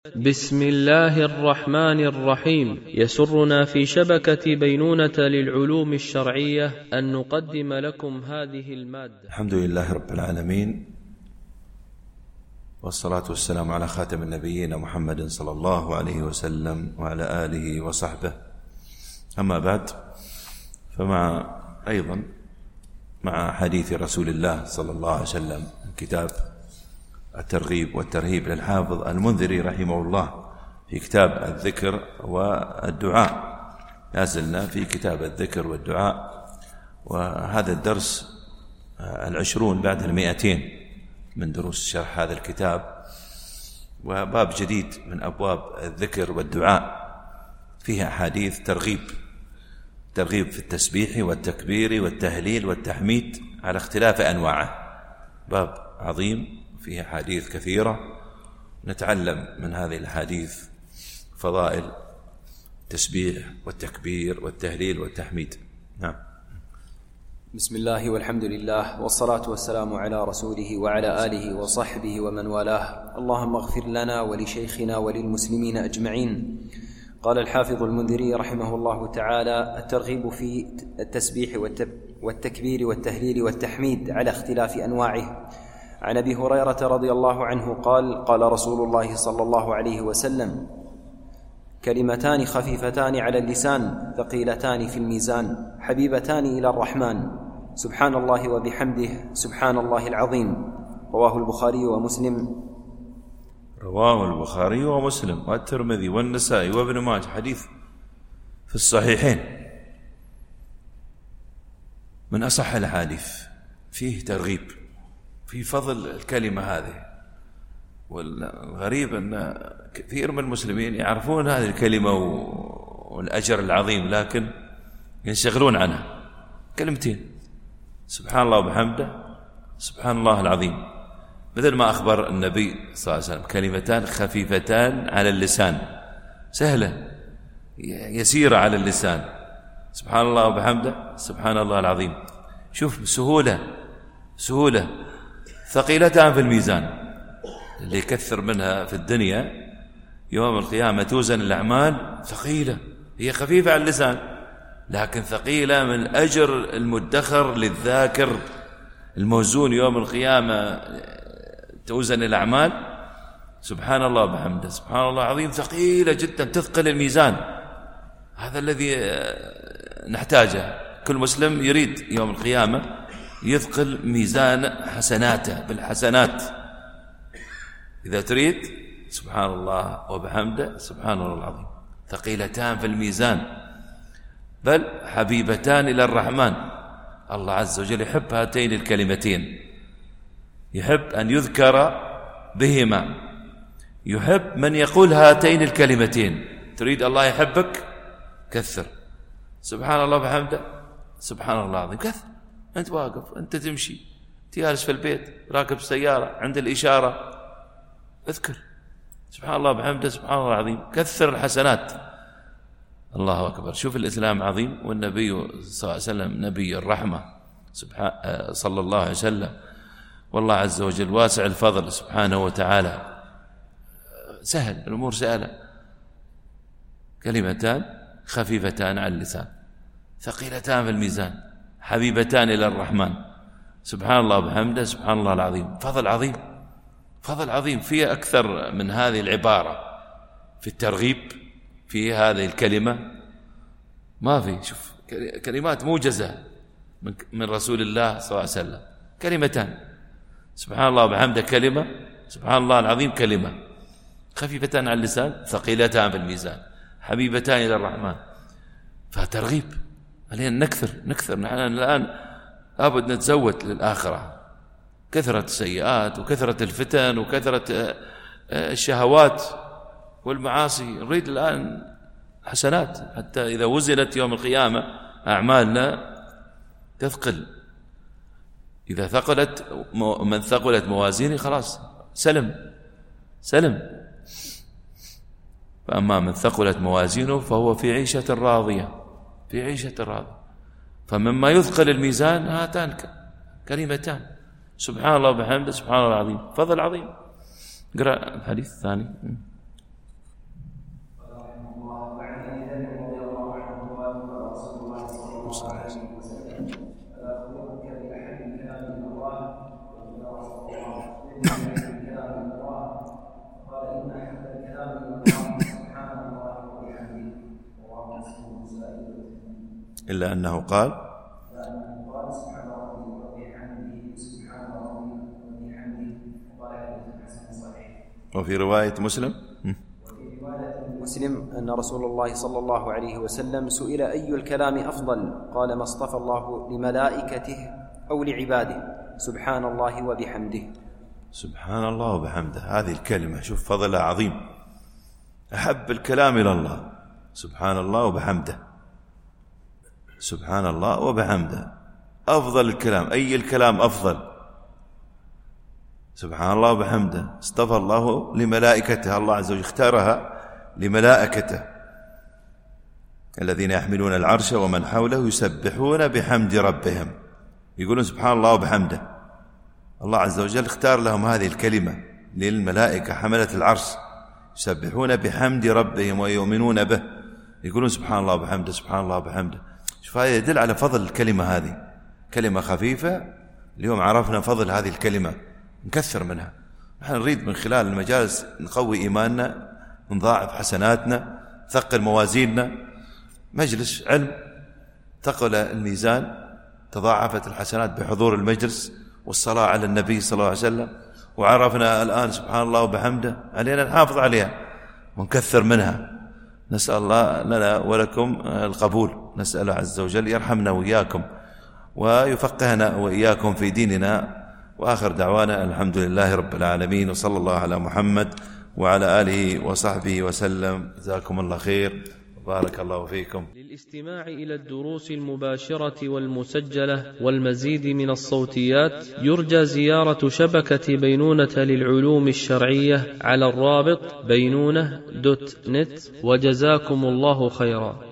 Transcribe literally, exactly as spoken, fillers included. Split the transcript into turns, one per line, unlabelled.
بسم الله الرحمن الرحيم. يسرنا في شبكة بينونة للعلوم الشرعية أن نقدم لكم هذه المادة.
الحمد لله رب العالمين، والصلاة والسلام على خاتم النبيين محمد صلى الله عليه وسلم وعلى آله وصحبه. أما بعد، فمع أيضا مع حديث رسول الله صلى الله عليه وسلم كتاب الترغيب والترهيب للحافظ المنذري رحمه الله في كتاب الذكر والدعاء. لازلنا في كتاب الذكر والدعاء، وهذا الدرس العشرون بعد المئتين من دروس شرح هذا الكتاب، وباب جديد من أبواب الذكر والدعاء فيها أحاديث ترغيب ترغيب في التسبيح والتكبير والتهليل والتحميد على اختلاف أنواعه. باب عظيم فيها حديث كثيرة، نتعلم من هذه الحديث فضائل التسبيح والتكبير والتهليل والتحميد. نعم.
بسم الله والحمد لله والصلاة والسلام على رسوله وعلى آله وصحبه ومن والاه. اللهم اغفر لنا ولشيخنا وللمسلمين أجمعين. قال الحافظ المنذري رحمه الله تعالى: الترغيب في التسبيح والتكبير والتهليل والتحميد على اختلاف أنواعه. عن أبي هريرة رضي الله عنه قال: قال رسول الله صلى الله عليه وسلم: كلمتان خفيفتان على اللسان ثقيلتان في الميزان حبيبتان إلى الرحمن، سبحان الله وبحمده سبحان الله العظيم. رواه البخاري ومسلم
رواه البخاري ومسلم والترمذي والنسائي وابن ماجه، حديث في الصحيحين من أصح الحديث، فيه ترغيب في فضل الكلمة هذه. والغريب أن كثير من المسلمين يعرفون هذه الكلمة والأجر العظيم، لكن ينشغلون عنها. كلمتين: سبحان الله وبحمده سبحان الله العظيم، مثل ما أخبر النبي صلى الله عليه وسلم: كلمتان خفيفتان على اللسان، سهلة يسيرة على اللسان، سبحان الله وبحمده سبحان الله العظيم. شوف سهولة سهولة ثقيلتان في الميزان. اللي يكثر منها في الدنيا يوم القيامة توزن الأعمال ثقيلة، هي خفيفة على اللسان لكن ثقيلة من أجر المدخر للذاكر الموزون يوم القيامة. توزن الأعمال، سبحان الله وبحمده سبحان الله العظيم، ثقيلة جدا تثقل الميزان. هذا الذي نحتاجه. كل مسلم يريد يوم القيامة يثقل ميزان حسناته بالحسنات. إذا تريد سبحان الله وبحمده سبحان الله العظيم، ثقيلتان في الميزان، بل حبيبتان إلى الرحمن. الله عز وجل يحب هاتين الكلمتين، يحب أن يذكر بهما، يحب من يقول هاتين الكلمتين. تريد الله يحبك، كثر سبحان الله وبحمده سبحان الله العظيم، كثر. أنت واقف، أنت تمشي، جالس في البيت، راكب السيارة، عند الإشارة، اذكر سبحان الله وبحمده سبحان الله العظيم، كثر الحسنات. الله أكبر. شوف الإسلام عظيم، والنبي صلى الله عليه وسلم نبي الرحمة صلى الله عليه وسلم، والله عز وجل واسع الفضل سبحانه وتعالى. سهل، الأمور سهلة. كلمتان خفيفتان على اللسان ثقيلتان في الميزان حبيبتان إلى الرحمن، سبحان الله وبحمده سبحان الله العظيم. فضل عظيم، فضل عظيم. فيه أكثر من هذه العبارة في الترغيب في هذه الكلمة ما في. شوف كلمات موجزة من من رسول الله صلى الله عليه وسلم. كلمتان، سبحان الله وبحمده كلمة، سبحان الله العظيم كلمة، خفيفتان على اللسان ثقيلتان في الميزان حبيبتان إلى الرحمن. فترغيب علينا نكثر نكثر. نحن الآن لابد نتزود للآخرة. كثرة السيئات وكثرة الفتن وكثرة الشهوات والمعاصي، نريد الآن حسنات حتى إذا وزنت يوم القيامة أعمالنا تثقل. إذا ثقلت من ثقلت موازينه خلاص سلم سلم. فأما من ثقلت موازينه فهو في عيشة راضية في عيشة راضية. فمما يثقل الميزان هاتان كلمتان: سبحان الله وبحمده سبحان الله العظيم. فضل عظيم. اقرأ الحديث الثاني. إلا أنه قال وفي رواية مسلم
مسلم أن رسول الله صلى الله عليه وسلم سئل أي الكلام أفضل؟ قال ما اصطفى الله لملائكته أو لعباده سبحان الله وبحمده.
سبحان الله وبحمده، هذه الكلمة شوف فضلها عظيم. أحب الكلام إلى الله سبحان الله وبحمده، سبحان الله وبحمده أفضل الكلام. أي الكلام أفضل؟ سبحان الله وبحمده. اصطفى الله لملائكته، الله عز وجل اختارها لملائكته الذين يحملون العرش ومن حوله يسبحون بحمد ربهم، يقولون سبحان الله وبحمده. الله عز وجل اختار لهم هذه الكلمة للملائكة حملة العرش، يسبحون بحمد ربهم ويؤمنون به، يقولون سبحان الله وبحمده سبحان الله وبحمده. شوف هذا يدل على فضل الكلمة هذه، كلمة خفيفة. اليوم عرفنا فضل هذه الكلمة، نكثر منها. نحن نريد من خلال المجالس نقوي إيماننا، نضاعف حسناتنا، ثقل موازيننا. مجلس علم ثقل الميزان، تضاعفت الحسنات بحضور المجلس والصلاة على النبي صلى الله عليه وسلم. وعرفنا الآن سبحان الله وبحمده، علينا نحافظ عليها ونكثر منها. نسأل الله لنا ولكم القبول، نسأل عز وجل يرحمنا وإياكم ويفقهنا وإياكم في ديننا. وآخر دعوانا الحمد لله رب العالمين، وصلى الله على محمد وعلى آله وصحبه وسلم. جزاكم الله خير، بارك الله فيكم.
للاستماع إلى الدروس المباشرة والمسجلة والمزيد من الصوتيات يرجى زيارة شبكة بينونة للعلوم الشرعية على الرابط بينونة دوت نت. وجزاكم الله خيرا.